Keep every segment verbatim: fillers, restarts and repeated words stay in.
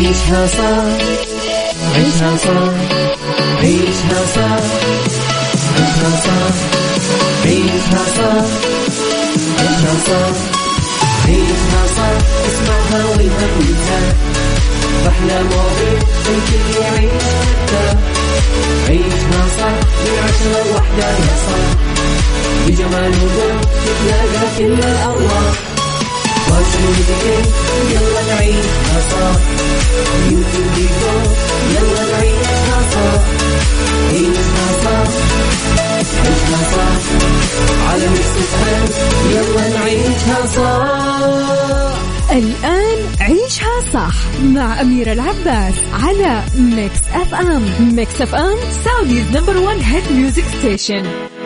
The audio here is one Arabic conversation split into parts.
عيشها صح عيشها صح عيشها صح عيشها صح عيشها صح عيشها صح عيشها صح اسمعها والهم ينزاح أحلى مواضيع الكل يعيش مرتاح عيشها صح من عشرة لوحدة يا صاح بجمال وذوق تتلاقى كل الأرواح يلا نعيشها صح يوتيوب فيديو يلا نعيشها صح عيشها صح عيشها صح على مستوى يلا نعيشها صح. الآن عيشها صح مع أميرة العباس على ميكس أف أم. ميكس أف أم سعوديز نمبر ون هيت ميوزك ستيشن.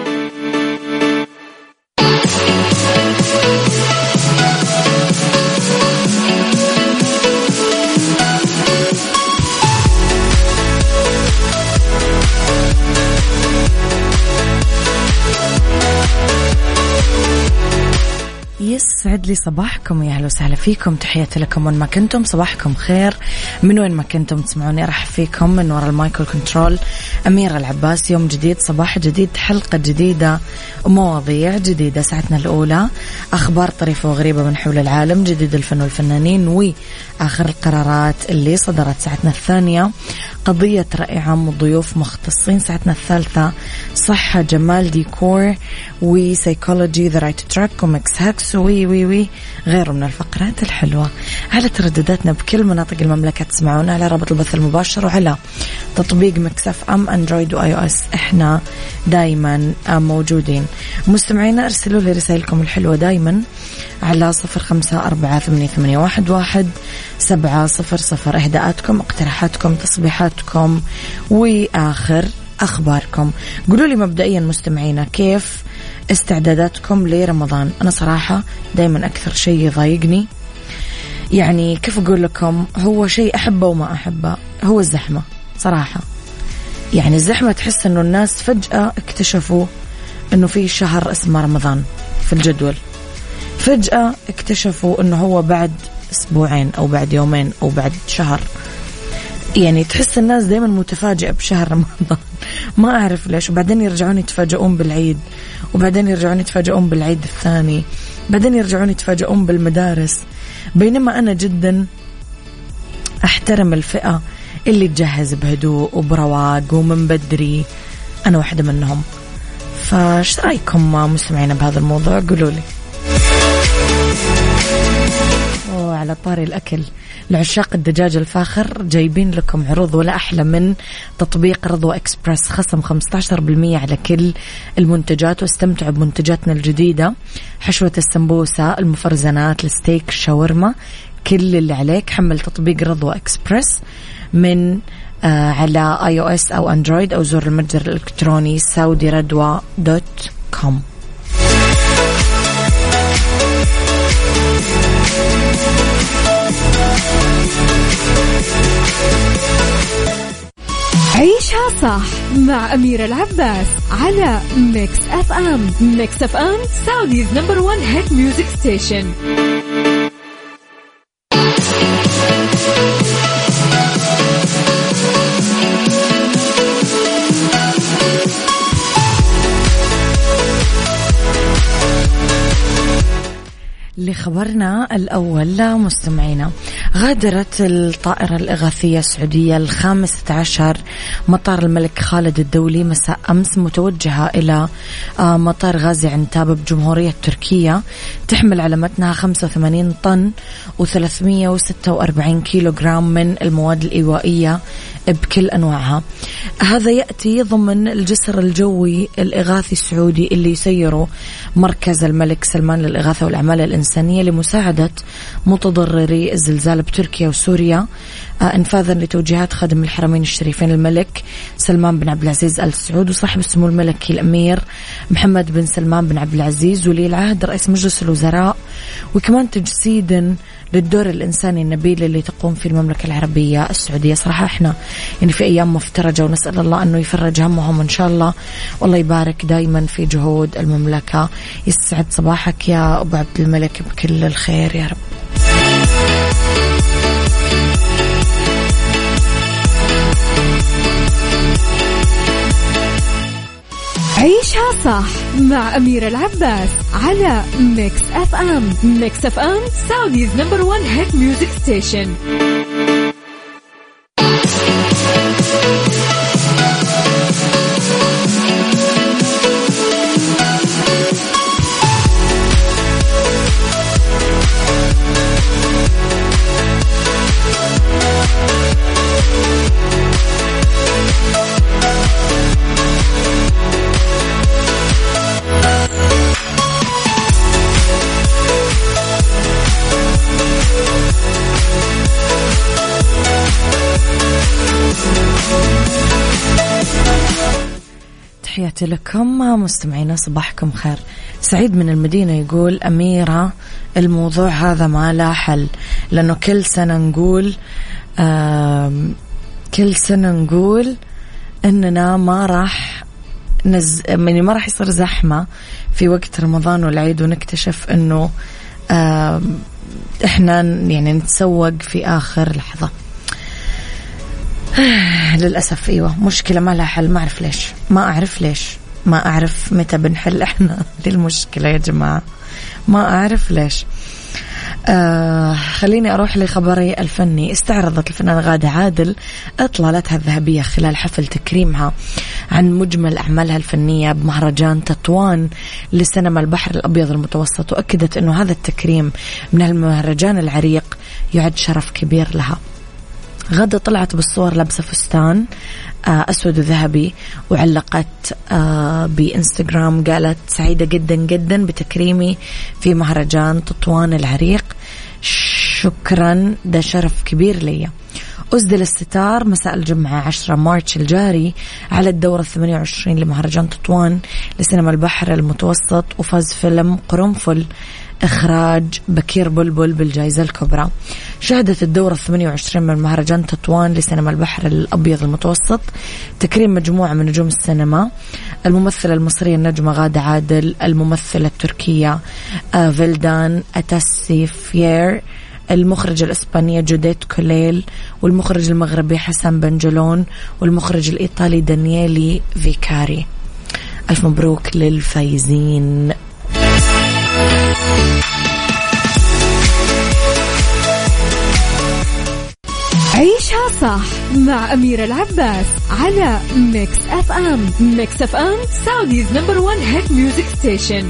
يسعد لي صباحكم، يا أهلا وسهلا فيكم، تحياتي لكم وين ما كنتم، صباحكم خير من وين ما كنتم تسمعوني. راح فيكم من وراء المايكل كنترول أميرة العباس. يوم جديد، صباح جديد، حلقة جديدة ومواضيع جديدة. ساعتنا الأولى أخبار طريفة وغريبة من حول العالم، جديد الفن والفنانين وآخر القرارات اللي صدرت. ساعتنا الثانية قضية رأي عام وضيوف مختصين. ساعتنا الثالثة صحة، جمال، ديكور وسيكولوجي، ذا رايت تراك ومكس هاكس وي وي وي غيره من الفقرات الحلوة. على تردداتنا بكل مناطق المملكة تسمعونا على رابط البث المباشر وعلى تطبيق ميكس أف أم أندرويد وآي أو إس. إحنا دايما موجودين. مستمعينا ارسلوا لي رسائلكم الحلوة دايما على صفر خمسة أربعة ثمانية ثمانية واحد واحد سبعة صفر صفر. إهداءاتكم، اقتراحاتكم، تصبيحاتكم وآخر أخباركم. قولوا لي مبدئيا مستمعينا كيف استعداداتكم لرمضان. أنا صراحة دايما أكثر شيء يضايقني، يعني كيف أقول لكم، هو شيء أحبه وما أحبه، هو الزحمة صراحة. يعني الزحمة تحس أنه الناس فجأة اكتشفوا أنه في شهر اسمه رمضان في الجدول، فجأة اكتشفوا أنه هو بعد أسبوعين أو بعد يومين أو بعد شهر. يعني تحس الناس دايما متفاجئة بشهر رمضان، ما أعرف ليش. وبعدين يرجعون يتفاجئون بالعيد، وبعدين يرجعون يتفاجئون بالعيد الثاني، بعدين يرجعون يتفاجئون بالمدارس. بينما أنا جدا أحترم الفئة اللي تجهز بهدوء وبرواق ومن بدري، أنا واحدة منهم. فايش رأيكم مستمعين بهذا الموضوع؟ قولوا لي. وعلى طاري الأكل، لعشاق الدجاج الفاخر جايبين لكم عروض ولا أحلى من تطبيق رضوى إكسبرس. خصم خمسة عشر بالمئة على كل المنتجات، واستمتعوا بمنتجاتنا الجديدة: حشوة السمبوسة، المفرزنات، الستيك، الشاورما. كل اللي عليك حمل تطبيق رضوى إكسبرس من آه على آي أو إس أو أندرويد، أو زور المتجر الإلكتروني سعودي ردوى دوت كوم. عيشها صح مع أميرة العباس على ميكس أف أم. ميكس أف أم سعوديز نمبر ون هيت ميوزك ستيشن. لخبرنا الأول مستمعينا، غادرت الطائرة الإغاثية السعودية الخامسة عشر مطار الملك خالد الدولي مساء أمس، متوجهة إلى مطار غازي عنتاب بجمهورية تركيا، تحمل على متنها خمسة وثمانين طن وثلاثمئة وستة وأربعين كيلوغرام من المواد الإيوائية بكل أنواعها. هذا يأتي ضمن الجسر الجوي الإغاثي السعودي اللي يسيره مركز الملك سلمان للإغاثة والأعمال الإنسانية لمساعدة متضرري الزلزال بتركيا وسوريا، انفاذا لتوجيهات خادم الحرمين الشريفين الملك سلمان بن عبد العزيز آل سعود وصاحب السمو الملكي الأمير محمد بن سلمان بن عبد العزيز ولي العهد رئيس مجلس الوزراء، وكمان تجسيدا للدور الإنساني النبيل اللي تقوم فيه المملكة العربية السعودية. صراحة احنا يعني في أيام مفترجة، ونسأل الله أنه يفرج همهم إن شاء الله، والله يبارك دايما في جهود المملكة. يسعد صباحك يا أبو عبد الملك بكل الخير يا رب. صح مع أميرة العباس على ميكس أف أم. ميكس أف أم سعوديز نمبر ون هيت ميوزك ستيشن. تحياتي لكم مستمعينا، صباحكم خير. سعيد من المدينة يقول أميرة الموضوع هذا ما له حل، لأنه كل سنة نقول كل سنة نقول إننا ما راح نز... يعني ما راح يصير زحمة في وقت رمضان والعيد، ونكتشف إنه إحنا يعني نتسوق في آخر لحظة. للأسف أيوة، مشكلة ما لها حل. ما أعرف ليش ما أعرف ليش ما أعرف متى بنحل إحنا للمشكلة يا جماعة، ما أعرف ليش. آه خليني أروح لخبري الفني. استعرضت الفنانة غادة عادل إطلالتها الذهبية خلال حفل تكريمها عن مجمل أعمالها الفنية بمهرجان تطوان لسينما البحر الأبيض المتوسط، وأكدت أنه هذا التكريم من المهرجان العريق يعد شرف كبير لها. غادة طلعت بالصور لابسة فستان أسود وذهبي، وعلقت بإنستغرام قالت سعيدة جدا جدا بتكريمي في مهرجان تطوان العريق، شكرا، ده شرف كبير لي. أسدل الستار مساء الجمعة عشرة مارس الجاري على الدورة الثمانية وعشرين لمهرجان تطوان لسينما البحر المتوسط، وفاز فيلم قرنفل إخراج بكير بلبل بالجائزة الكبرى. شهدت الدورة الثمانية وعشرين من مهرجان تطوان لسينما البحر الأبيض المتوسط تكريم مجموعة من نجوم السينما: الممثلة المصرية النجمة غادة عادل، الممثلة التركية فيلدان أتاسيفير، المخرجة الإسبانية جوديت كوليل، والمخرج المغربي حسن بنجلون، والمخرج الإيطالي دانييلي فيكاري. ألف مبروك للفايزين. عيشها صح مع أميرة العباس على ميكس أف أم. ميكس أف أم سعوديز نمبر ون هيت ميوزك ستيشن.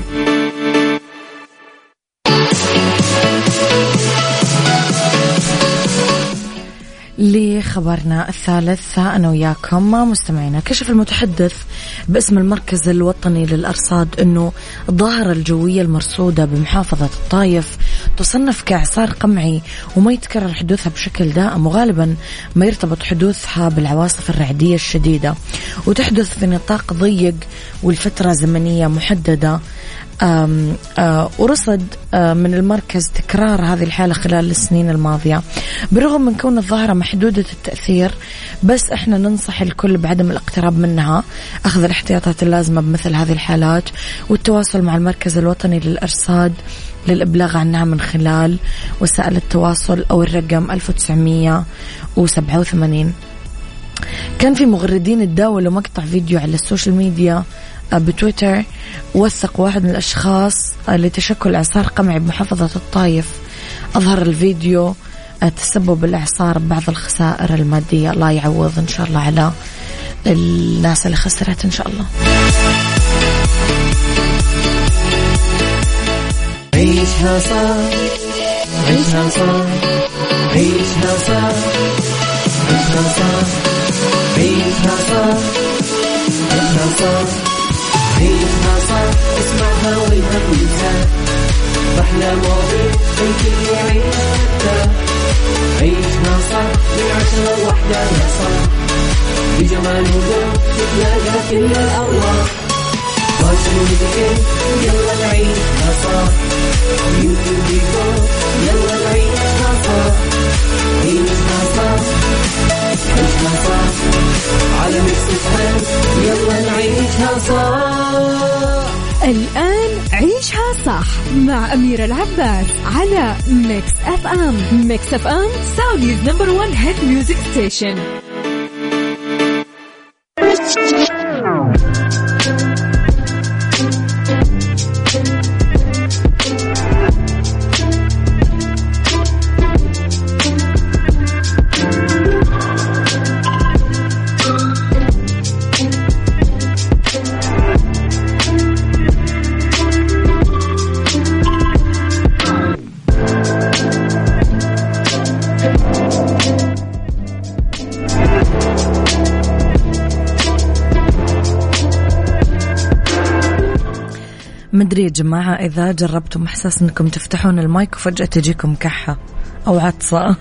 لخبرنا الثالث أنا وياكم مستمعينا. كشف المتحدث باسم المركز الوطني للأرصاد أنه الظاهرة الجوية المرصودة بمحافظة الطايف تصنف كإعصار قمعي، وما يتكرر حدوثها بشكل دائم، وغالبا ما يرتبط حدوثها بالعواصف الرعدية الشديدة، وتحدث في نطاق ضيق والفترة زمنية محددة. آم آم ورصد من المركز تكرار هذه الحالة خلال السنين الماضية. بالرغم من كون الظاهرة محدودة التأثير، بس احنا ننصح الكل بعدم الاقتراب منها، أخذ الاحتياطات اللازمة بمثل هذه الحالات، والتواصل مع المركز الوطني للأرصاد للإبلاغ عنها من خلال وسائل التواصل أو الرقم ألف وتسعمية وسبعة وثمانين. كان في مغردين تداولوا مقطع فيديو على السوشيال ميديا بتويتر، وثق واحد من الأشخاص لتشكل إعصار قمعي بمحافظة الطايف. أظهر الفيديو تسبب الإعصار ببعض الخسائر المادية. الله يعوض إن شاء الله على الناس اللي خسرت إن شاء الله. عيشها صح، عيشها صح، عيشها صح، عيشها صح، عيشها صح، عيشها صح، عيشها صح، اسمعها والهم ينزاح، أحلى مواضيع الكل يعيش حتى عيشها صح من عشرة لوحدة يا صاح، بجمال وذوق تتلاقى كل الأرواح، فاشل وذكر يلا نعيشها صح، بيوتي وديكور يلا نعيشها صح، عيشها صح، عيشها صح، على ميكس أف أم يلا نعيشها صح. الآن عيشها صح مع أميرة العباس على ميكس أف أم. ميكس أف أم سعوديز نمبر ون هيت ميوزك ستيشن. مدري يا جماعة إذا جربتم إحساس أنكم تفتحون المايك وفجأة تجيكم كحة أو عطسة.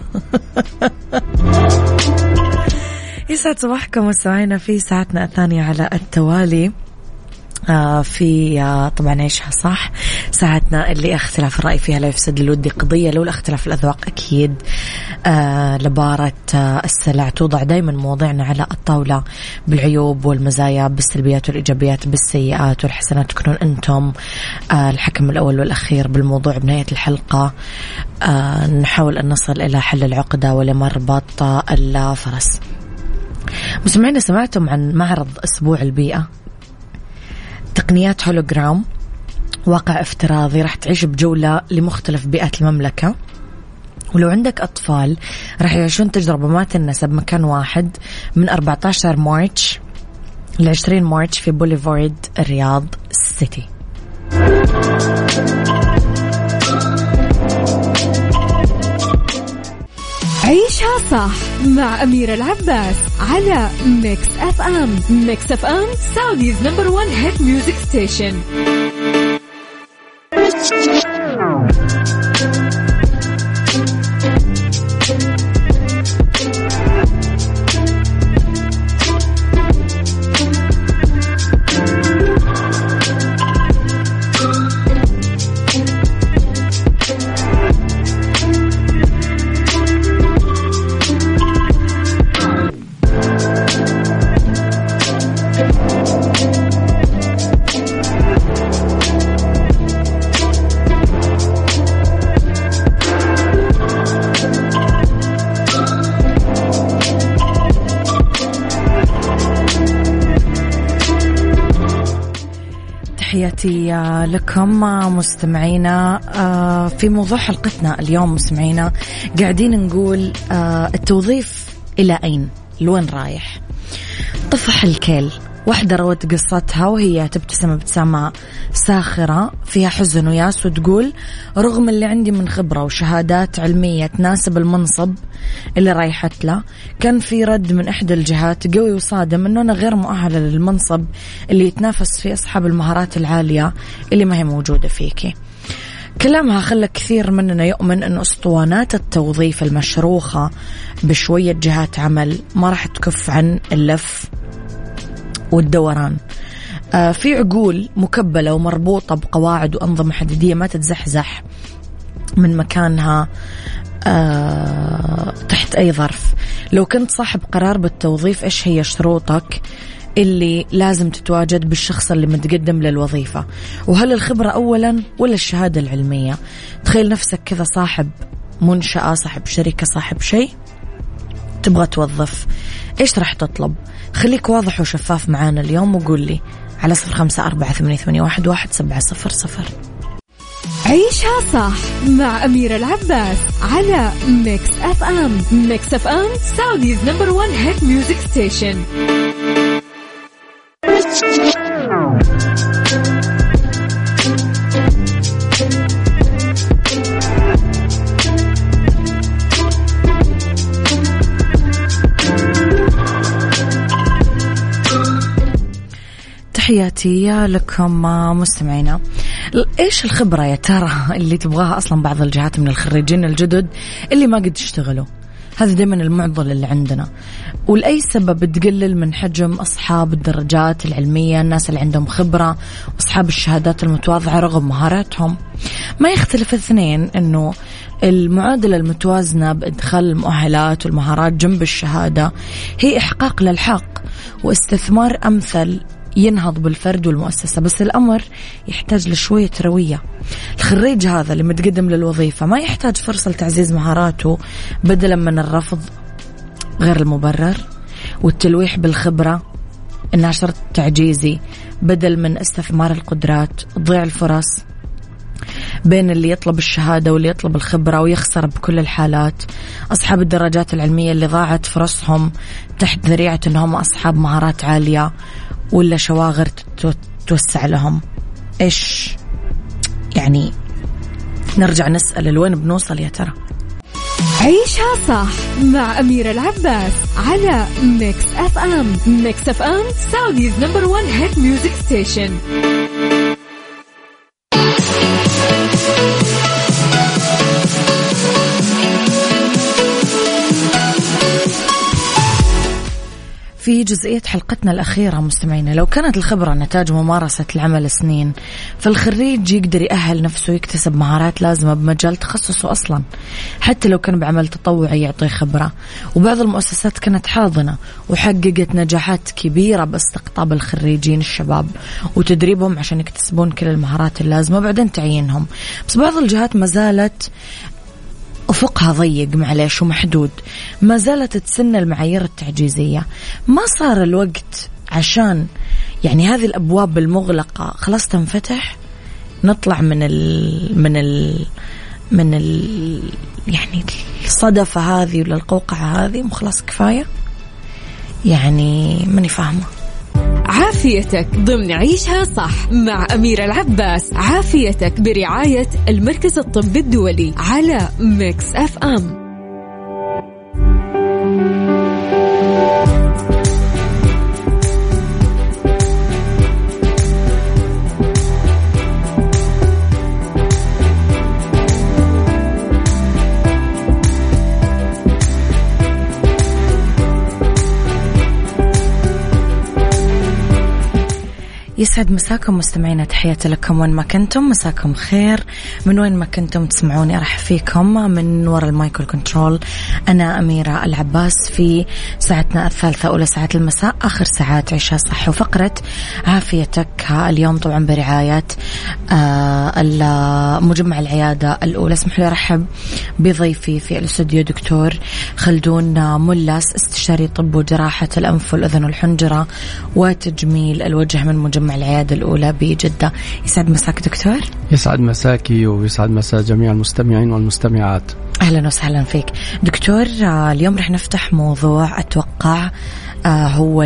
يسعد صباحكم مستمعينا في ساعتنا الثانية على التوالي. آه في آه طبعا عيشها صح، ساعتنا اللي اختلاف الرأي فيها لا يفسد الود قضية، لولا اختلاف الأذواق أكيد آه لبارة آه السلع. توضع دايما مواضيعنا على الطاولة بالعيوب والمزايا، بالسلبيات والإيجابيات، بالسيئات والحسنات، تكونون أنتم آه الحكم الأول والأخير بالموضوع. بنهاية الحلقة آه نحاول أن نصل إلى حل العقدة ولمربط الفرس. مستمعينا، سمعتم عن معرض أسبوع البيئة؟ تقنيات هولوجرام، واقع افتراضي، راح تعيش بجولة لمختلف بيئات المملكة، ولو عندك أطفال راح يعيشون تجربة ما تنسب مكان واحد من أربعة عشر مارتش ل عشرين مارتش في بوليفارد الرياض سيتي. عيشها صح مع أميرة العباس على ميكس أف أم. ميكس أف أم سعوديز نمبر وان هيت ميوزك ستيشن. تحياتي لكم مستمعينا. في موضوع حلقتنا اليوم مستمعينا قاعدين نقول التوظيف إلى أين، لوين رايح؟ طفح الكيل. واحدة روت قصتها وهي تبتسم ابتسامة ساخرة فيها حزن وياس، وتقول رغم اللي عندي من خبرة وشهادات علمية تناسب المنصب اللي رايحت له، كان في رد من إحدى الجهات قوي وصادم إنه أنا غير مؤهلة للمنصب اللي يتنافس فيه أصحاب المهارات العالية اللي ما هي موجودة فيكي. كلامها خلى كثير مننا يؤمن أن أسطوانات التوظيف المشروخة بشوية جهات عمل ما راح تكف عن اللف والدوران. آه في عقول مكبلة ومربوطة بقواعد وأنظمة حديدية ما تتزحزح من مكانها آه تحت أي ظرف. لو كنت صاحب قرار بالتوظيف، إيش هي شروطك اللي لازم تتواجد بالشخص اللي متقدم للوظيفة؟ وهل الخبرة أولا ولا الشهادة العلمية؟ تخيل نفسك كذا صاحب منشأة، صاحب شركة، صاحب شيء، تبغى توظف، إيش راح تطلب؟ خليك واضح وشفاف معانا اليوم وقول لي على صفر خمسة أربعة ثمانية ثمانية واحد واحد سبعة صفر صفر. عيشها صح مع أميرة العباس على ميكس أف أم. ميكس أف أم سعوديز نمبر وان هيت ميوزك ستيشن. تحياتي لكم مستمعينا. إيش الخبرة يا ترى اللي تبغاها أصلا بعض الجهات من الخريجين الجدد اللي ما قد يشتغلوا؟ هذا دائما المعضل اللي عندنا، ولأي سبب تقلل من حجم أصحاب الدرجات العلمية، الناس اللي عندهم خبرة وأصحاب الشهادات المتواضعة رغم مهاراتهم. ما يختلف اثنين أنه المعادلة المتوازنة بإدخال المؤهلات والمهارات جنب الشهادة هي إحقاق للحق واستثمار أمثل ينهض بالفرد والمؤسسة. بس الأمر يحتاج لشوية روية. الخريج هذا اللي متقدم للوظيفة ما يحتاج فرصة لتعزيز مهاراته بدلا من الرفض غير المبرر والتلويح بالخبرة، النشر التعجيزي بدل من استثمار القدرات. تضيع الفرص بين اللي يطلب الشهادة واللي يطلب الخبرة ويخسر بكل الحالات. أصحاب الدرجات العلمية اللي ضاعت فرصهم تحت ذريعة أنهم أصحاب مهارات عالية ولا شواغر توسع لهم. إيش يعني؟ نرجع نسأل لوين بنوصل يا ترى؟ عيشها صح مع أميرة العباس على ميكس أف أم. ميكس أف أم سعوديز نمبر وان هيت ميوزك ستيشن. في جزئية حلقتنا الأخيرة مستمعينا، لو كانت الخبرة نتاج ممارسة العمل سنين، فالخريج يقدر يأهل نفسه يكتسب مهارات لازمة بمجال تخصصه أصلا، حتى لو كان بعمل تطوعي يعطي خبرة. وبعض المؤسسات كانت حاضنة وحققت نجاحات كبيرة باستقطاب الخريجين الشباب وتدريبهم عشان يكتسبون كل المهارات اللازمة بعدين تعيينهم. بس بعض الجهات ما زالت أفقها ضيق معليش ومحدود، ما زالت تسن المعايير التعجيزية. ما صار الوقت عشان يعني هذه الأبواب المغلقة خلاص تنفتح، نطلع من ال من ال من ال يعني الصدفة هذه ولا القوقعة هذه وخلاص كفاية؟ يعني ماني فاهمة. عافيتك ضمن عيشها صح مع أميرة العباس. عافيتك برعاية المركز الطبي الدولي على ميكس أف أم. يسعد مساكم مستمعينا، تحياتي لكم وين ما كنتم، مساكم خير من وين ما كنتم تسمعوني. أرحب فيكم من وراء المايكل كنترول، أنا أميرة العباس في ساعتنا الثالثة أولى ساعات المساء، آخر ساعات عيشها صح وفقرة عافيتك. اليوم طبعا برعاية آه مجمع العيادة الأولى. اسمح لي أرحب بضيفي في الاستوديو دكتور خلدون ملاس، استشاري طب وجراحة الأنف والأذن والحنجرة وتجميل الوجه من مجمع العيادة الأولى بجدة. يسعد مساك دكتور. يسعد مساكي ويسعد مساء جميع المستمعين والمستمعات. أهلا وسهلا فيك دكتور. اليوم رح نفتح موضوع أتوقع هو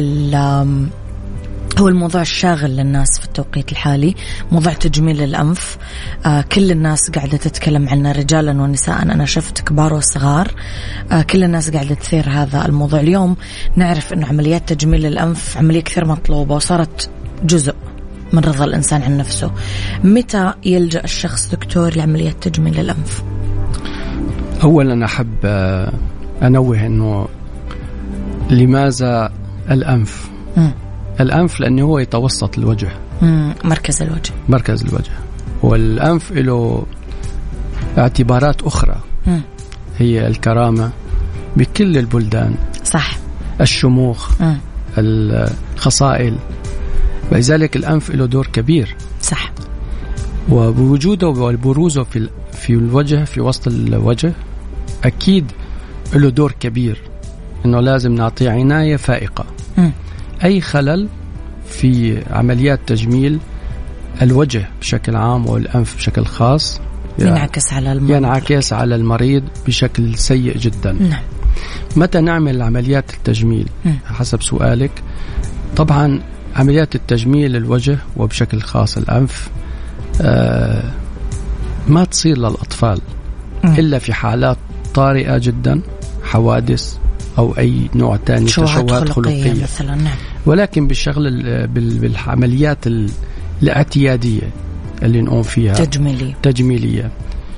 هو الموضوع الشاغل للناس في التوقيت الحالي، موضوع تجميل الأنف. كل الناس قاعدة تتكلم عنه، رجالا ونساء، أنا شفت كبار وصغار، كل الناس قاعدة تثير هذا الموضوع. اليوم نعرف أنه عمليات تجميل الأنف عملية كثير مطلوبة وصارت جزء من رضا الإنسان عن نفسه. متى يلجأ الشخص دكتور لعمليات تجميل الأنف؟ أولا أحب أنوه أنه لماذا الأنف؟ م. الأنف لأنه هو يتوسط الوجه، م. مركز الوجه مركز الوجه والأنف له اعتبارات أخرى، م. هي الكرامة بكل البلدان، صح، الشموخ، م. الخصائل، ولذلك الأنف له دور كبير، صح. وبوجوده وبروزه في في الوجه، في وسط الوجه، أكيد له دور كبير، إنه لازم نعطيه عناية فائقة. م. أي خلل في عمليات تجميل الوجه بشكل عام والأنف بشكل خاص ينعكس على المريض ينعكس على المريض بشكل سيء جدا. نعم. متى نعمل عمليات التجميل؟ م. حسب سؤالك، طبعا عمليات التجميل الوجه وبشكل خاص الأنف آه ما تصير للأطفال م. إلا في حالات طارئة جدا، حوادث أو أي نوع تاني تشوهات خلقية, خلقية مثلا. نعم. ولكن بالشغل بالعمليات الاعتيادية اللي نقوم فيها تجميلية. تجميلية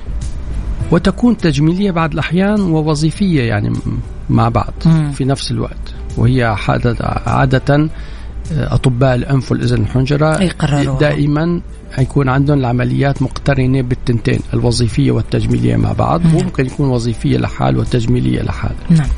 وتكون تجميلية بعض الأحيان ووظيفية يعني مع بعض م. في نفس الوقت، وهي عادة أطباء الأنف والأذن والحنجرة دائما يكون عندهم العمليات مقترنة بالتنتين، الوظيفية والتجميلية مع بعض. م. ممكن يكون وظيفية لحال وتجميلية لحال. نعم.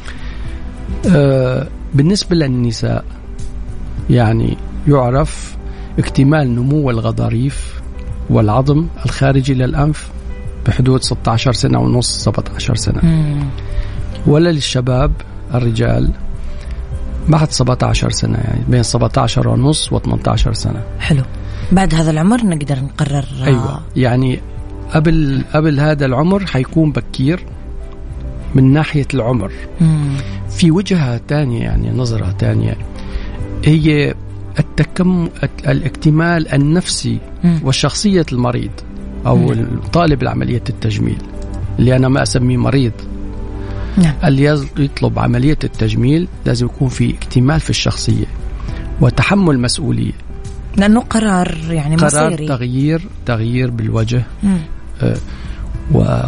آه بالنسبة للنساء يعني يعرف اكتمال نمو الغضاريف والعظم الخارجي للأنف بحدود ستة عشر سنة ونص، سبعة عشر سنة. مم. ولا للشباب الرجال بعد سبعة عشر سنة، يعني بين سبعة عشر ونص و ثمانية عشر سنة. حلو. بعد هذا العمر نقدر نقرر. أيوة. يعني قبل قبل هذا العمر حيكون بكير من ناحية العمر. مم. في وجهة تانية، يعني نظرة تانية، هي التكم الاكتمال النفسي مم. والشخصية المريض أو مم. طالب العملية التجميل اللي أنا ما أسميه مريض. نعم. اللي يطلب عملية التجميل لازم يكون في اكتمال في الشخصية وتحمل مسؤولية، لأنه قرار يعني قرار مصيري، تغيير تغيير بالوجه آه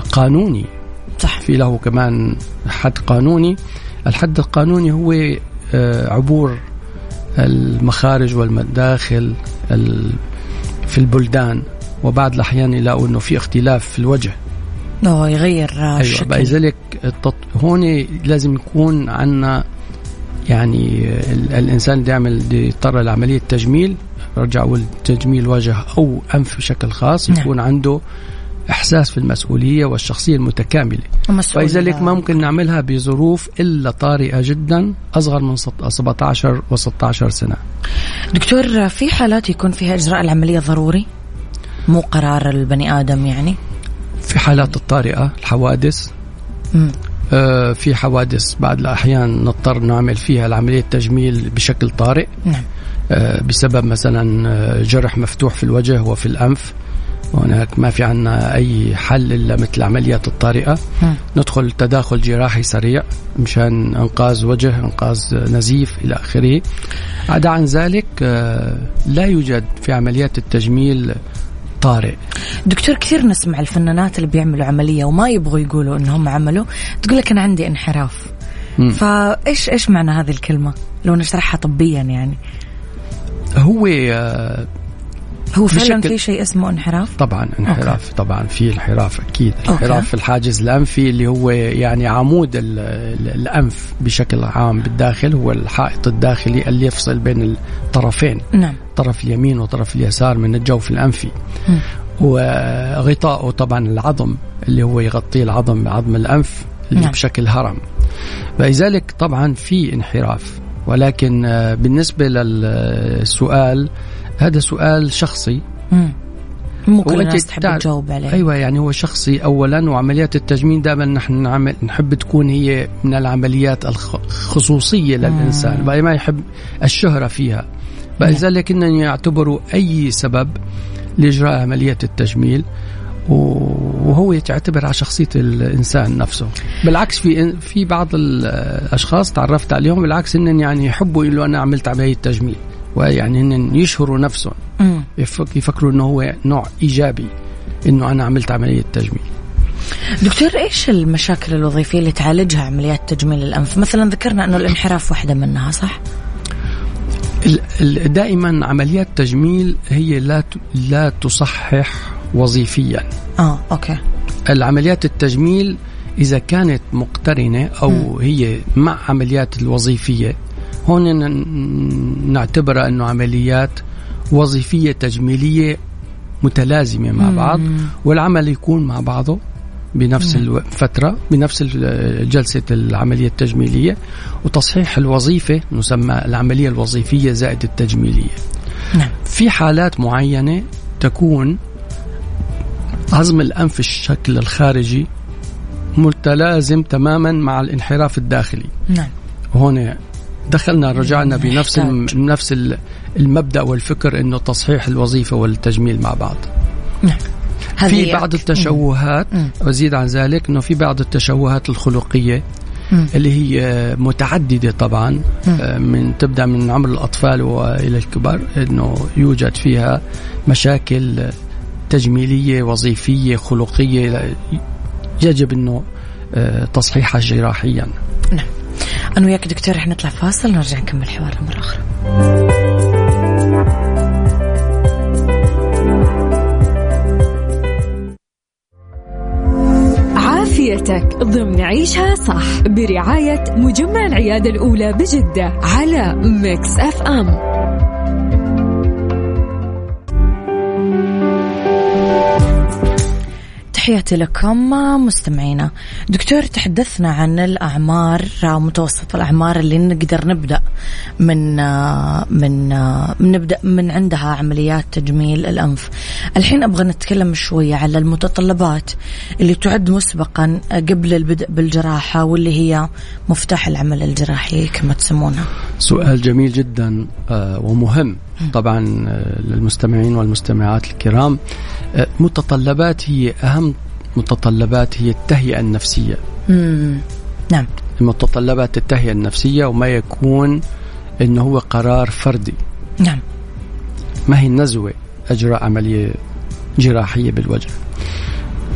وقانوني. صح. في له كمان حد قانوني. الحد القانوني هو عبور المخارج والمداخل في البلدان، وبعض الأحيان يلاقوا أنه في اختلاف في الوجه. أوه يغير الشكل. أيوة، بذلك هون لازم يكون عنا يعني الإنسان اللي يعمل يضطر لعملية تجميل، رجع أقول تجميل وجه أو أنف بشكل خاص، يكون نعم. عنده إحساس في المسؤولية والشخصية المتكاملة. فلذلك ما ممكن نعملها بظروف إلا طارئة جدا أصغر من سبعة عشر و ستة عشر سنة. دكتور، في حالات يكون فيها إجراء العملية ضروري مو قرار البني آدم يعني؟ في حالات الطارئة، الحوادث، آه في حوادث بعض الأحيان نضطر نعمل فيها العملية التجميل بشكل طارئ. نعم. آه بسبب مثلا جرح مفتوح في الوجه وفي الأنف، وهناك ما في عنا أي حل إلا مثل العمليات الطارئة. م. ندخل تداخل جراحي سريع مشان إنقاذ وجه، إنقاذ نزيف إلى آخره. عدا عن ذلك لا يوجد في عمليات التجميل طارئ. دكتور، كثير نسمع الفنانات اللي بيعملوا عملية وما يبغوا يقولوا إنهم عملوا، تقول لك أنا عندي انحراف. م. فإيش إيش معنى هذه الكلمة لو نشرحها طبيا؟ يعني هو هو فعلا في شيء اسمه انحراف؟ طبعا انحراف. أوكي. طبعا في انحراف أكيد. انحراف في الحاجز الأنفي اللي هو يعني عمود الأنف بشكل عام بالداخل، هو الحائط الداخلي اللي يفصل بين الطرفين. نعم. طرف اليمين وطرف اليسار من الجوف الأنفي. م. وغطاءه طبعا العظم اللي هو يغطي العظم عظم الأنف اللي نعم. بشكل هرم. فلذلك طبعا في انحراف، ولكن بالنسبة للسؤال هذا سؤال شخصي. مم. مو كل الناس تحب تجاوب عليه. أيوة، يعني هو شخصي أولا، وعمليات التجميل دائما نحن نعمل نحب تكون هي من العمليات الخصوصية للإنسان، بقى ما يحب الشهرة فيها. فلذلك إنني يعتبروا أي سبب لإجراء عملية التجميل وهو يعتبر على شخصية الإنسان نفسه. بالعكس في في بعض الأشخاص تعرفت عليهم بالعكس إنن يعني يحبوا يقولوا أنا عملت عملية تجميل، ويعني إنن يشهروا نفسهم، يفكروا إنه هو نوع إيجابي إنه أنا عملت عملية تجميل. دكتور، إيش المشاكل الوظيفية اللي تعالجها عمليات تجميل الأنف؟ مثلا ذكرنا إنه الانحراف واحدة منها، صح؟ دائما عمليات تجميل هي لا لا تصحح وظيفيا. آه، أوكي. العمليات التجميل إذا كانت مقترنة أو م. هي مع عمليات الوظيفية، هون نعتبرها أنه عمليات وظيفية تجميلية متلازمة مع بعض، والعمل يكون مع بعضه بنفس الفترة بنفس جلسة العملية التجميلية، وتصحيح الوظيفة نسمى العملية الوظيفية زائد التجميلية. نعم. في حالات معينة تكون عظم الأنف الشكل الخارجي متلازم تماما مع الانحراف الداخلي. نعم. هون دخلنا رجعنا بنفس نفس المبدأ والفكر إنه تصحيح الوظيفة والتجميل مع بعض. نعم. في بعض التشوهات، وزيد عن ذلك إنه في بعض التشوهات الخلقية م. اللي هي متعددة طبعا، م. من تبدأ من عمر الأطفال وإلى الكبار، إنه يوجد فيها مشاكل تجميلية وظيفية خلقية يجب إنه تصحيحها جراحيا. نعم. أنا وياك دكتور رح نطلع فاصل نرجع نكمل حوارنا مرة أخرى. عافيتك ضمن عيشها صح برعاية مجمع العيادة الأولى بجدة على ميكس أف أم. تحياتي لكم مستمعينا. دكتور، تحدثنا عن الأعمار، متوسط الأعمار اللي نقدر نبدأ من من نبدأ من عندها عمليات تجميل الأنف. الحين أبغى نتكلم شوية على المتطلبات اللي تعد مسبقا قبل البدء بالجراحة، واللي هي مفتاح العمل الجراحي كما تسمونها. سؤال جميل جدا ومهم طبعا للمستمعين والمستمعات الكرام. متطلبات هي أهم متطلبات هي التهيئة النفسية. مم. نعم. متطلبات التهيئة النفسية، وما يكون إنه هو قرار فردي. نعم. ما هي النزوة أجراء عملية جراحية بالوجه.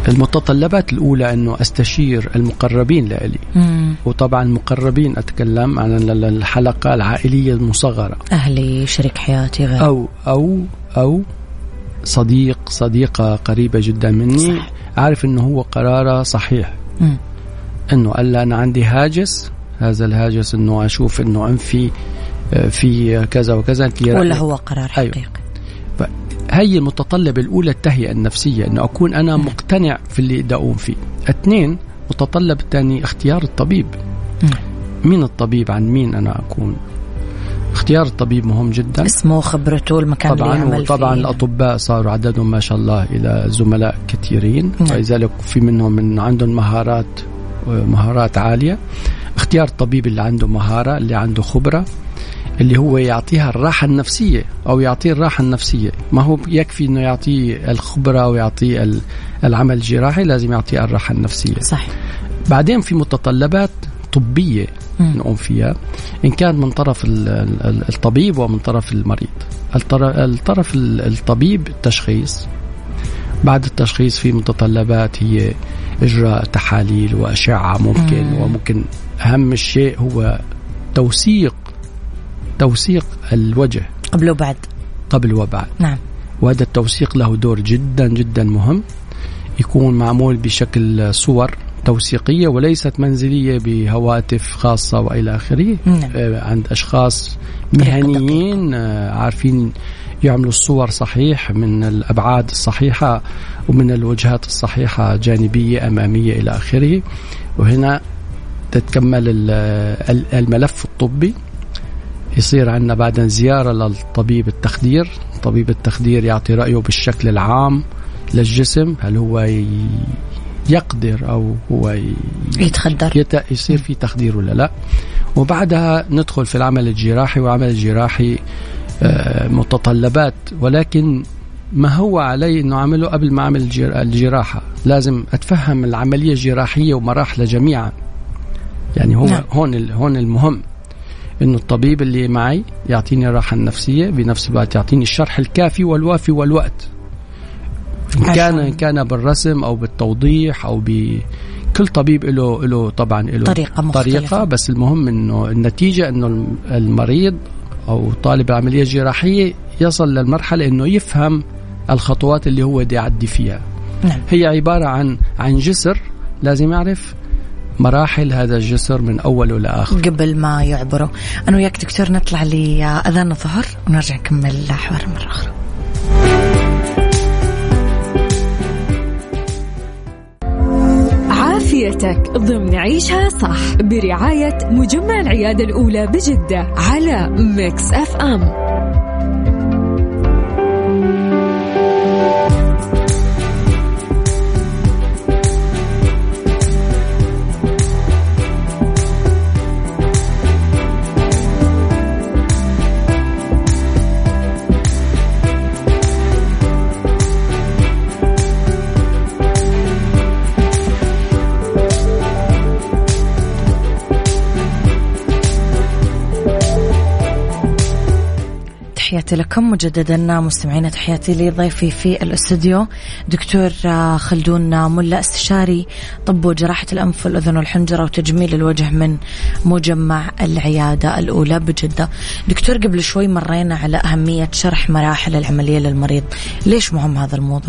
المتطلبات الأولى أنه أستشير المقربين لإلي. مم. وطبعا المقربين أتكلم عن الحلقة العائلية المصغرة، أهلي، شريك حياتي، غير أو أو أو صديق صديقة قريبة جدا مني، صح. عارف أنه هو قراره صحيح. مم. أنه قال أنا عندي هاجس، هذا الهاجس أنه أشوف أنه أنفي في كذا وكذا، ولا هو قرار حقيقي. أيوة. هي المتطلب الأولى التهيئة النفسية، أنه أكون أنا مقتنع في اللي بدي أقوم فيه. اثنين، متطلب الثاني اختيار الطبيب. م. مين الطبيب، عن مين أنا أكون. اختيار الطبيب مهم جدا، اسمه، خبرته، المكان طبعا اللي يعمل وطبعا فيه. الأطباء صاروا عددهم ما شاء الله إلى زملاء كثيرين، ولذلك في منهم من عندهم مهارات مهارات عالية. اختيار الطبيب اللي عنده مهارة، اللي عنده خبرة، اللي هو يعطيها الراحة النفسية أو يعطيه الراحة النفسية. ما هو يكفي إنه يعطيه الخبرة ويعطيه العمل الجراحي، لازم يعطيه الراحة النفسية. صح. بعدين في متطلبات طبية نقوم فيها، إن كان من طرف الطبيب ومن طرف المريض. الطرف الطبيب التشخيص، بعد التشخيص في متطلبات هي إجراء تحاليل وأشعة ممكن. مم. وممكن أهم شيء هو توثيق توثيق الوجه قبل وبعد قبل وبعد نعم. وهذا التوثيق له دور جدا جدا مهم، يكون معمول بشكل صور توثيقية وليست منزلية بهواتف خاصة وإلى آخره. نعم. عند أشخاص مهنيين عارفين يعملوا الصور صحيح، من الأبعاد الصحيحة ومن الوجهات الصحيحة، جانبية أمامية إلى آخره. وهنا تتكمل الملف الطبي. يصير عندنا بعدين زيارة للطبيب التخدير. طبيب التخدير يعطي رأيه بالشكل العام للجسم، هل هو يقدر أو هو يتخدر، يصير فيه تخدير ولا لا. وبعدها ندخل في العمل الجراحي. وعمل الجراحي متطلبات، ولكن ما هو علي أنه أعمله قبل ما أعمل الجراحة. لازم أتفهم العملية الجراحية ومراحلها جميعا. يعني هو نعم. هون هون المهم إنه الطبيب اللي معي يعطيني الراحة النفسية، بنفس الوقت يعطيني الشرح الكافي والوافي والوقت، إن كان إن كان بالرسم أو بالتوضيح أو بكل طبيب له له طبعا له طريقة, طريقة. بس المهم إنه النتيجة إنه المريض أو طالب العملية الجراحية يصل للمرحلة إنه يفهم الخطوات اللي هو دي يعدي فيها. نعم. هي عبارة عن عن جسر، لازم يعرف مراحل هذا الجسر من أوله لآخر قبل ما يعبره. أنا وياك دكتور نطلع لأذان الظهر ونرجع نكمل حوار مرة أخرى. عافيتك ضمن عيشها صح برعاية مجمع العيادة الأولى بجدة على ميكس أف أم. تحياتي لكم مجددا مستمعين، تحياتي لضيفي في الاستوديو دكتور خلدون ملا، استشاري طب وجراحة الأنف والأذن والحنجرة وتجميل الوجه من مجمع العيادة الأولى بجدة. دكتور، قبل شوي مرينا على أهمية شرح مراحل العملية للمريض، ليش مهم هذا الموضوع؟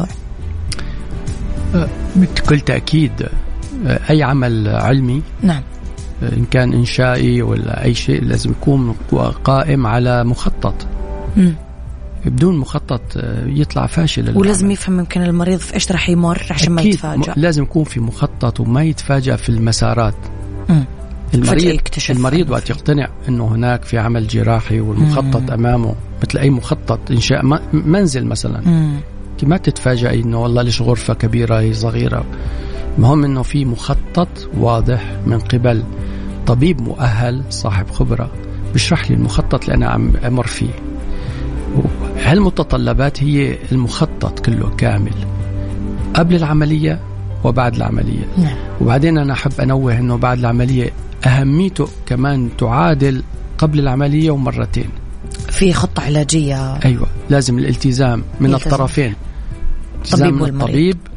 بكل تأكيد أي عمل علمي نعم إن كان إنشائي ولا أي شيء لازم يكون قائم على مخطط. مم. بدون مخطط يطلع فاشل. ولازم يفهم يمكن المريض في إيش راح يمر عشان ما يتفاجأ. لازم يكون في مخطط وما يتفاجأ في المسارات. مم. المريض المريض وقت يقتنع إنه هناك في عمل جراحي والمخطط مم. أمامه مثل أي مخطط إنشاء منزل مثلا، مم. ما تتفاجأ إنه والله ليش غرفة كبيرة هي صغيرة. مهم إنه في مخطط واضح من قبل طبيب مؤهل صاحب خبرة بيشرح لي المخطط اللي أنا عم أمر فيه. هالمتطلبات هي المخطط كله كامل قبل العملية وبعد العملية. نعم. وبعدين أنا أحب أنوه إنه بعد العملية أهميته كمان تعادل قبل العملية ومرتين. في خطة علاجية. أيوة، لازم الالتزام من الالتزام. الطرفين، الطبيب والمريض. الطبيب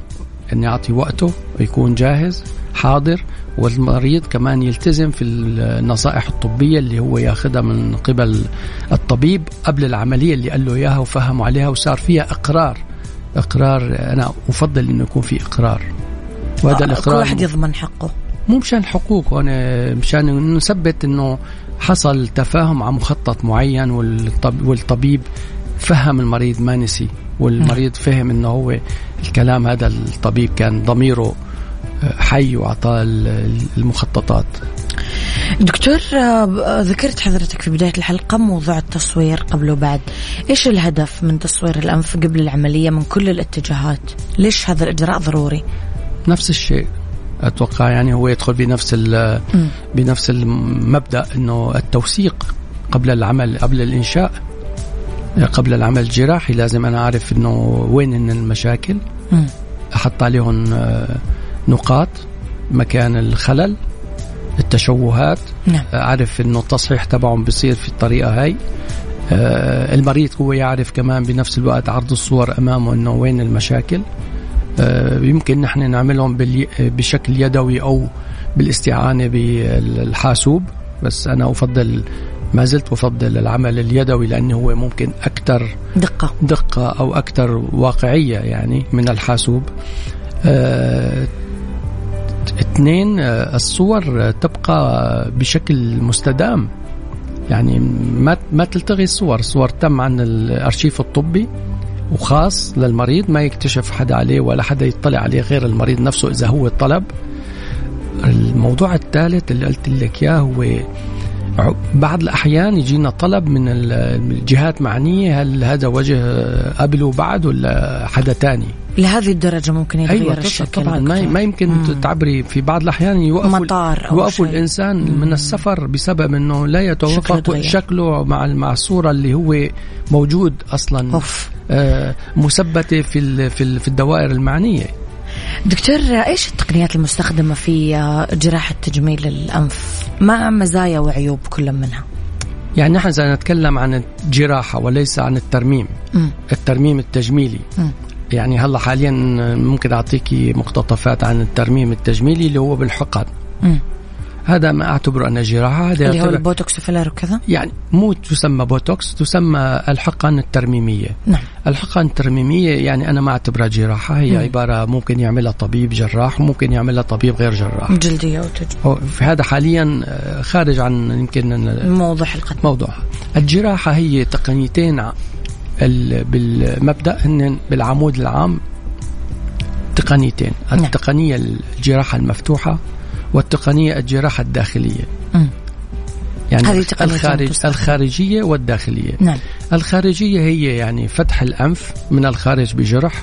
أن يعطي وقته ويكون جاهز حاضر، والمريض كمان يلتزم في النصائح الطبية اللي هو ياخدها من قبل الطبيب قبل العملية اللي قال له إياها وفهموا عليها وصار فيها إقرار. إقرار أنا أفضل إنه يكون في إقرار، وهذا الإقرار كل واحد يضمن حقه، مو مشان حقوق، وأنا مشان نثبت إنه حصل تفاهم على مخطط معين، والطبيب فهم المريض ما نسي، والمريض فهم إنه هو الكلام هذا الطبيب كان ضميره حي وعطاء المخططات. دكتور ذكرت حضرتك في بداية الحلقة موضوع التصوير قبل وبعد، إيش الهدف من تصوير الأنف قبل العملية من كل الاتجاهات؟ ليش هذا الإجراء ضروري؟ نفس الشيء أتوقع، يعني هو يدخل بنفس بنفس المبدأ إنه التوثيق قبل العمل، قبل الإنشاء، قبل العمل الجراحي لازم أنا أعرف إنه وين إن المشاكل، م. أحط عليهم نقاط مكان الخلل، التشوهات، نعم. أعرف إنه التصحيح تبعهم بيصير في الطريقة هاي. المريض هو يعرف كمان بنفس الوقت عرض الصور أمامه إنه وين المشاكل. يمكن نحن نعملهم بشكل يدوي أو بالاستعانة بالحاسوب، بس أنا أفضل ما زلت أفضل العمل اليدوي لأنه هو ممكن أكثر دقة دقة أو أكثر واقعية يعني من الحاسوب. اه اثنين، الصور تبقى بشكل مستدام، يعني ما ما تلتغي الصور. الصور تم عن الأرشيف الطبي وخاص للمريض، ما يكتشف حدا عليه ولا حدا يطلع عليه غير المريض نفسه إذا هو طلب. الموضوع الثالث اللي قلت لك إياه هو بعض الأحيان يجينا طلب من الجهات معنية، هل هذا وجه قبل وبعد ولا حدا تاني؟ لهذه الدرجة ممكن يتغير أيوة الشكل. طبعا ما ما يمكن مم. تعبري في بعض الأحيان يوقفوا يوقفوا الإنسان مم. من السفر بسبب إنه لا يتوافق شكله مع مع الصورة اللي هو موجود أصلا آه مثبتة في في في الدوائر المعنية. دكتور، إيش التقنيات المستخدمة في جراحة تجميل الأنف؟ ما مزايا وعيوب كل منها؟ يعني نحن سنتكلم عن الجراحة وليس عن الترميم. م. الترميم التجميلي. م. يعني هلا حاليا ممكن أعطيكي مقتطفات عن الترميم التجميلي اللي هو بالحقن. م. هذا ما أعتبره أنا جراحة، هذا اللي هو البوتوكس وفيلر وكذا، يعني مو تسمى بوتوكس، تسمى الحقن الترميمية. نعم. الحقن الترميمية يعني أنا ما أعتبرها جراحة، هي م. عبارة ممكن يعملها طبيب جراح وممكن يعملها طبيب غير جراح، جلدية وتجميل. في هذا حاليا خارج عن يمكن موضوع حلقتنا. موضوع الجراحة هي تقنيتين بالمبدأ هن بالعمود العام تقنيتين. نعم. التقنية الجراحة المفتوحة والتقنية الجراحة الداخلية. م. يعني الخارج الخارجية والداخلية. نعم. الخارجية هي يعني فتح الأنف من الخارج بجرح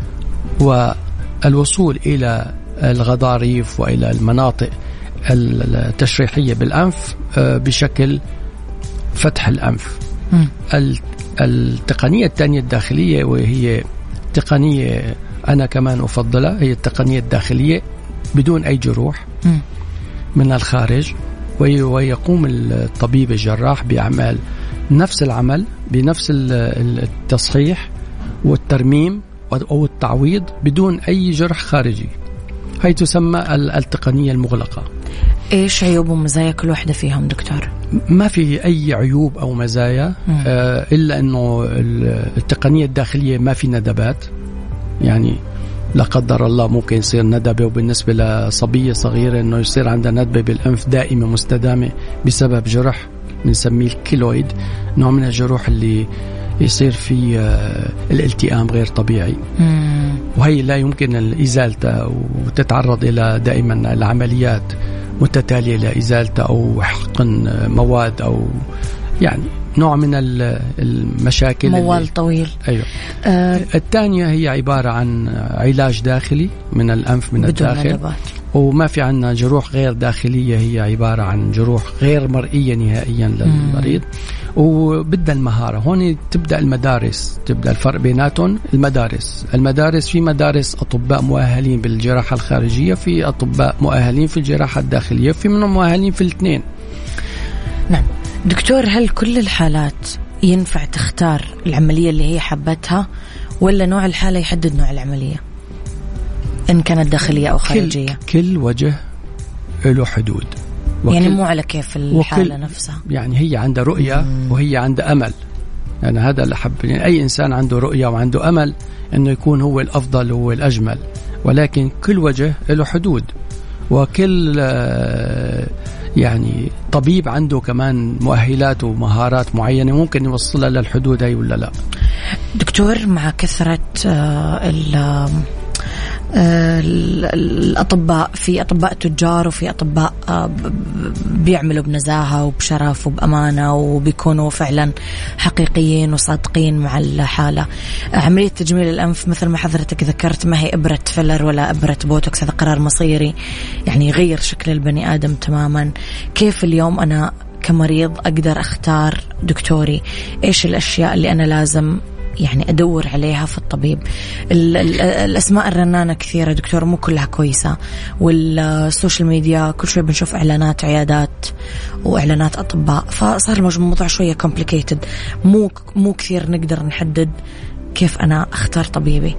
والوصول إلى الغضاريف وإلى المناطق التشريحية بالأنف بشكل فتح الأنف. م. التقنية الثانية الداخلية وهي تقنية أنا كمان أفضلها، هي التقنية الداخلية بدون أي جروح م. من الخارج، ويقوم الطبيب الجراح بأعمال نفس العمل بنفس التصحيح والترميم أو التعويض بدون أي جرح خارجي. هي تسمى التقنية المغلقة. إيش عيوب ومزايا كل واحدة فيهم دكتور؟ ما في أي عيوب أو مزايا آه إلا أنه التقنية الداخلية ما في ندبات، يعني لا قدر الله ممكن يصير ندبة، وبالنسبة لصبية صغيرة أنه يصير عندها ندبة بالأنف دائمة مستدامة بسبب جرح بنسميه الكيلويد، نوع من الجروح اللي يصير فيه الالتئام غير طبيعي. مم. وهي لا يمكن إزالته وتتعرض إلى دائما العمليات متتالية لإزالته أو حقن مواد أو يعني نوع من المشاكل موال طويل. أيوة. آه الثانية هي عبارة عن علاج داخلي من الأنف من الداخل ندبات. وما في عنا جروح غير داخلية، هي عبارة عن جروح غير مرئية نهائيا للمريض. وبدأ المهارة هون تبدأ المدارس، تبدأ الفرق بيناتهم المدارس. المدارس في مدارس أطباء مؤهلين بالجراحة الخارجية، في أطباء مؤهلين في الجراحة الداخلية، في منهم مؤهلين في الاثنين. نعم دكتور، هل كل الحالات ينفع تختار العملية اللي هي حبتها ولا نوع الحالة يحدد نوع العملية؟ إن كانت داخلية أو خارجية. كل, كل وجه له حدود، يعني مو على كيف الحالة نفسها. يعني هي عندها رؤية مم. وهي عندها أمل. يعني هذا اللي حب، يعني أي إنسان عنده رؤية وعنده أمل إنه يكون هو الأفضل هو الأجمل، ولكن كل وجه له حدود، وكل يعني طبيب عنده كمان مؤهلات ومهارات معينة ممكن يوصلها للحدود هاي ولا لا. دكتور، مع كثرة ال الأطباء، في أطباء تجار وفي أطباء بيعملوا بنزاهة وبشرف وبأمانة وبيكونوا فعلا حقيقيين وصادقين مع الحالة. عملية تجميل الأنف مثل ما حضرتك ذكرت ما هي إبرة فيلر ولا إبرة بوتوكس، هذا قرار مصيري يعني يغير شكل البني آدم تماما. كيف اليوم أنا كمريض أقدر أختار دكتوري؟ إيش الأشياء اللي أنا لازم يعني أدور عليها في الطبيب؟ ال ال الأسماء الرنانة كثيرة دكتور، مو كلها كويسة، والسوشيال ميديا كل شوي بنشوف إعلانات عيادات وإعلانات أطباء، فصار الموضوع شوية complicated، مو مو كثير نقدر نحدد كيف أنا أختار طبيبي.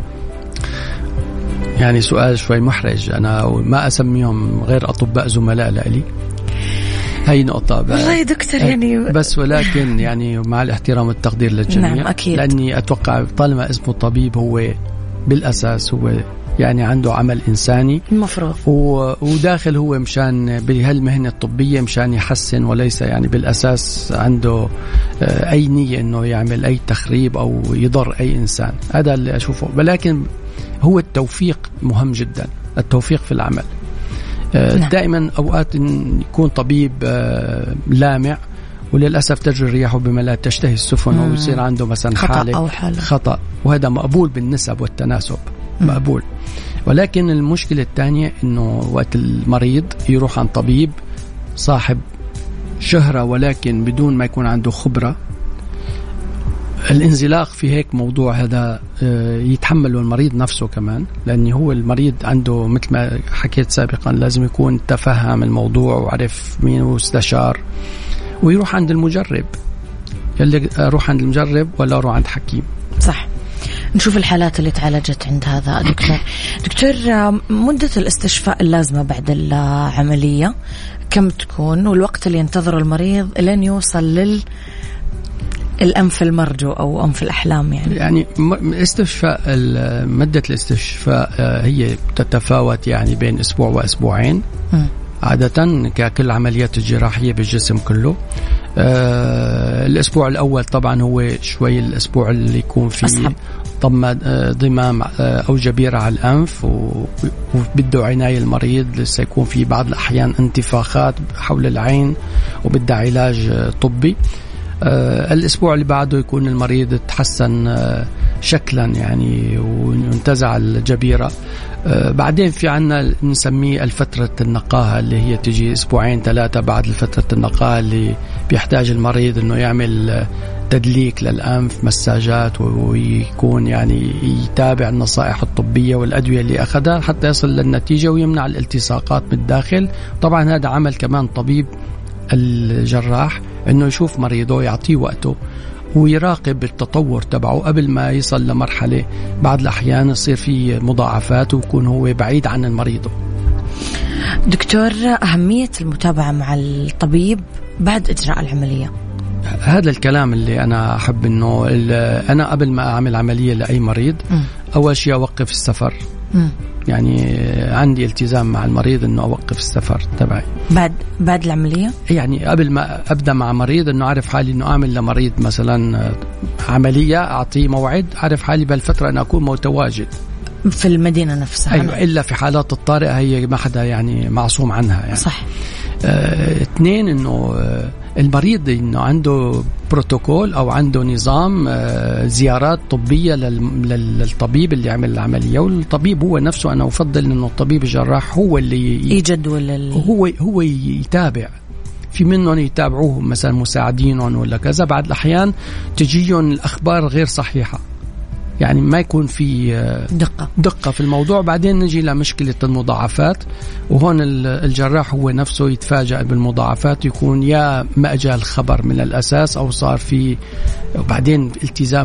يعني سؤال شوي محرج، أنا ما أسميهم غير أطباء زملاء لي، هاي نقطة والله يا دكتور يعني بس، ولكن يعني مع الاحترام والتقدير للجميع. نعم أكيد. لأني أتوقع طالما اسمه طبيب هو بالأساس هو يعني عنده عمل إنساني المفروض، وداخل هو مشان بهالمهنة الطبية مشان يحسن، وليس يعني بالأساس عنده أي نية إنه يعمل أي تخريب أو يضر أي إنسان. هذا اللي أشوفه. ولكن هو التوفيق مهم جدا، التوفيق في العمل. نعم. دائما أوقات يكون طبيب لامع وللأسف تجري الرياح بما لا تشتهي السفن، ويصير عنده مثلا حالة أو حالة خطأ، وهذا مقبول بالنسب والتناسب مقبول. ولكن المشكلة الثانية إنه وقت المريض يروح عن طبيب صاحب شهرة ولكن بدون ما يكون عنده خبرة، الانزلاق في هيك موضوع هذا يتحمله المريض نفسه كمان، لأن هو المريض عنده مثل ما حكيت سابقا لازم يكون تفهم الموضوع وعرف مين هو استشار، ويروح عند المجرب. يلي أروح عند المجرب ولا أروح عند حكيم؟ صح. نشوف الحالات اللي تعالجت عند هذا دكتور. دكتور، مدة الاستشفاء اللازمة بعد العملية كم تكون، والوقت اللي ينتظره المريض لين يوصل لل الأنف المرجو أو أنف الأحلام؟ يعني يعني استشفاء مدة الاستشفاء هي تتفاوت يعني بين أسبوع وأسبوعين م. عادة ككل عمليات الجراحية بالجسم كله. آه الأسبوع الأول طبعا هو شوي الأسبوع اللي يكون فيه ضم ضمام أو جبيرة على الأنف وبده عناية المريض، لسه يكون في بعض الأحيان انتفاخات حول العين وبده علاج طبي. آه الأسبوع اللي بعده يكون المريض تحسن آه شكلا يعني وانتزع الجبيرة. آه بعدين في عنا نسميه الفترة النقاهة اللي هي تجي أسبوعين ثلاثة بعد الفترة النقاهة اللي بيحتاج المريض إنه يعمل آه تدليك للأنف، مساجات، ويكون يعني يتابع النصائح الطبية والأدوية اللي أخذها حتى يصل للنتيجة ويمنع الالتصاقات بالداخل. طبعا هذا عمل كمان طبيب الجراح إنه يشوف مريضه يعطيه وقته ويراقب التطور تبعه قبل ما يصل لمرحلة بعض الأحيان يصير فيه مضاعفات ويكون هو بعيد عن المريض. دكتور، أهمية المتابعة مع الطبيب بعد إجراء العملية؟ هذا الكلام اللي أنا أحب إنه أنا قبل ما أعمل عملية لأي مريض م. أول شيء أوقف السفر. م. يعني عندي التزام مع المريض إنه أوقف السفر تبعي بعد بعد العملية. يعني قبل ما أبدأ مع مريض إنه أعرف حالي إنه أعمل لمريض مثلا عملية أعطيه موعد، أعرف حالي بالفترة أنا أكون متواجد في المدينة نفسها. أيوة، إلا في حالات الطارئة هي ما حدا يعني معصوم عنها يعني. صح. آه، اثنين إنه آه، المريض إنه عنده بروتوكول أو عنده نظام آه، زيارات طبية للطبيب اللي يعمل العملية، والطبيب هو نفسه أنا أفضل إنه الطبيب الجراح هو اللي يجدول ال... هو هو يتابع. في منهم يتابعوه مثلا مساعدينهم ولا كذا، بعد الأحيان تجيهم الأخبار غير صحيحة يعني ما يكون في دقة دقة في الموضوع. بعدين نجي لمشكلة المضاعفات، وهون الجراح هو نفسه يتفاجأ بالمضاعفات، يكون يا ما أجى الخبر من الأساس أو صار في. وبعدين التزام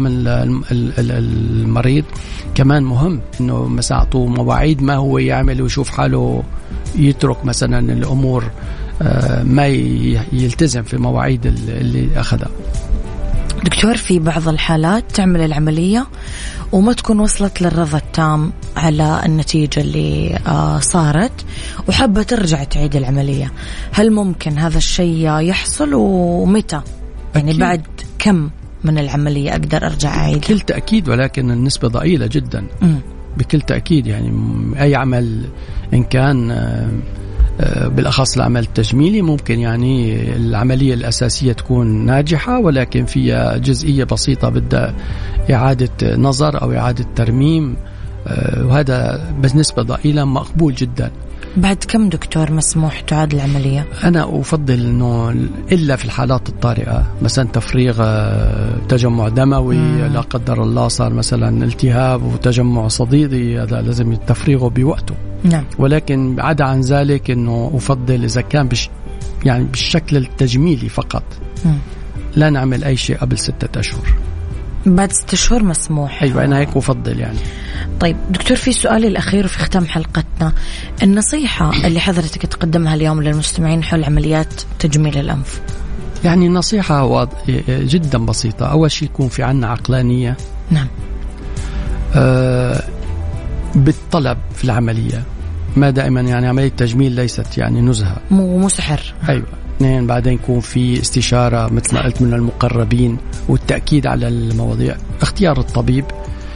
المريض كمان مهم، إنه مساعته مواعيد ما هو يعمل ويشوف حاله يترك مثلا الأمور ما يلتزم في مواعيد اللي أخذها. دكتور في بعض الحالات تعمل العملية وما تكون وصلت للرضا التام على النتيجة اللي صارت وحابة ترجع تعيد العملية، هل ممكن هذا الشيء يحصل ومتى؟ يعني أكيد. بعد كم من العملية أقدر أرجع أعيد؟ بكل تأكيد، ولكن النسبة ضئيلة جدا. م. بكل تأكيد، يعني أي عمل إن كان بالأخص العمل التجميلي ممكن يعني العملية الأساسية تكون ناجحة، ولكن فيها جزئية بسيطة بدها إعادة نظر أو إعادة ترميم، وهذا بالنسبة ضئيلة مقبول جدا. بعد كم دكتور مسموح تعاد العملية؟ أنا أفضل أنه إلا في الحالات الطارئة، مثلا تفريغ تجمع دموي، مم. لا قدر الله صار مثلا التهاب وتجمع صديدي، هذا لازم تفريغه بوقته. نعم. ولكن عدا عن ذلك أنه أفضل إذا كان بش يعني بالشكل التجميلي فقط، مم. لا نعمل أي شيء قبل ستة أشهر. بعد ستة شهور مسموح. أيوة أنا هيك أفضل يعني. طيب دكتور، في سؤالي الأخير وفي ختام حلقتنا، النصيحة اللي حضرتك تقدمها اليوم للمستمعين حول عمليات تجميل الأنف. يعني نصيحة جدا بسيطة. أول شيء يكون في عنا عقلانية. نعم. آه بالطلب في العملية، ما دائما يعني عملية تجميل ليست يعني نزهة، مو مو سحر. أيوة. اثنين، بعدين يكون في استشارة مثل ما قلت من المقربين، والتأكيد على المواضيع، اختيار الطبيب.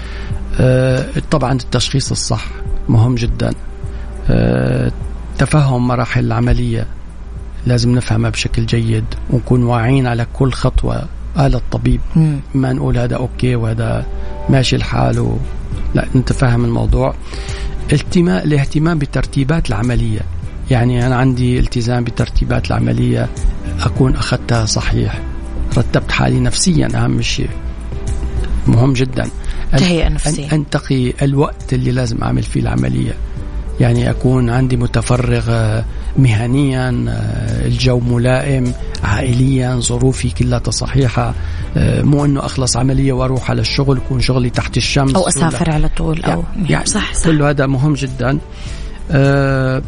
آه طبعا التشخيص الصح مهم جدا. آه تفهم مراحل العملية لازم نفهمها بشكل جيد، ونكون واعين على كل خطوة قال الطبيب. م. ما نقول هذا أوكي وهذا ماشي الحال، لا نتفهم الموضوع. التماء الاهتمام بترتيبات العملية، يعني أنا عندي التزام بترتيبات العملية، أكون أخذتها صحيح، رتبت حالي نفسيا، أهم شيء مهم جدا. تهيئة نفسية، أنتقي الوقت اللي لازم أعمل فيه العملية، يعني أكون عندي متفرغ مهنيا، الجو ملائم، عائليا ظروفي كلها صحيحة، مو أنه أخلص عملية وأروح على الشغل يكون شغلي تحت الشمس أو أسافر على طول أو يعني, يعني صح, صح. كل هذا مهم جدا. أه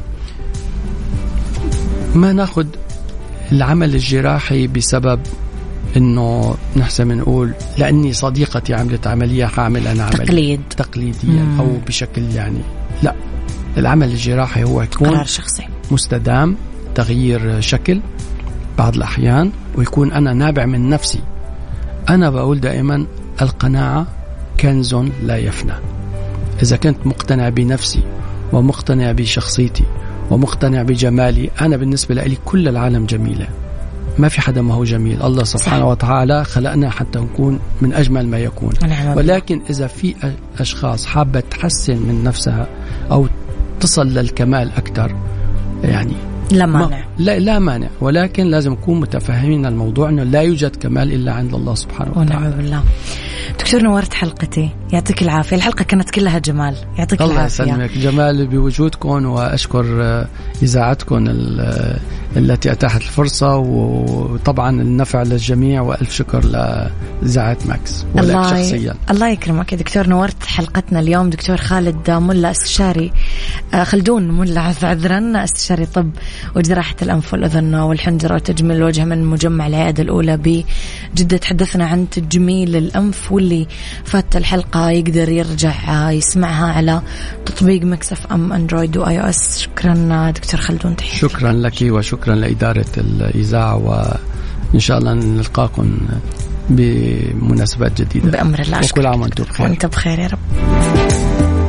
ما ناخد العمل الجراحي بسبب انه نحسن نقول لاني صديقتي عملت عمليه حاعمل انا عمليه تقليد تقليديا مم. او بشكل يعني لا، العمل الجراحي هو يكون قرار شخصي مستدام، تغيير شكل بعض الاحيان، ويكون انا نابع من نفسي. انا بقول دائما القناعه كنز لا يفنى. اذا كنت مقتنع بنفسي ومقتنع بشخصيتي ومقتنع بجمالي، أنا بالنسبة لي كل العالم جميلة، ما في حدا ما هو جميل. الله سبحانه وتعالى خلقنا حتى نكون من أجمل ما يكون. ولكن إذا في أشخاص حابة تحسن من نفسها أو تصل للكمال أكثر، يعني لا مانع، لا, لا مانع، ولكن لازم نكون متفاهمين الموضوع أنه لا يوجد كمال إلا عند الله سبحانه وتعالى. ونعم بالله. دكتور نورت حلقتي، يعطيك العافية. الحلقة كانت كلها جمال، يعطيك الله العافية. الله يسلمك، جمال بوجودكم، وأشكر إذاعتكم التي أتاحت الفرصة، وطبعا النفع للجميع، وألف شكر لإذاعة ماكس ولك شخصيا. الله يكرمك يا دكتور. نورت حلقتنا اليوم دكتور خالد ملا، استشاري خلدون ملا عذرا، استشاري طب وجراحة الأنف والأذن والحنجرة وتجميل الوجه من مجمع العيادة الأولى بجدة. تحدثنا عن تجميل الأنف، واللي فات الحلقة يقدر يرجع يسمعها على تطبيق ميكس اف ام اندرويد واي او اس. شكرا دكتور خلدون، تحياتي. شكرا لك وشكرا لإدارة الإذاعة، وإن شاء الله نلقاكم بمناسبات جديدة بأمر الله. وكل عام وأنتم بخير. وأنت بخير يا رب.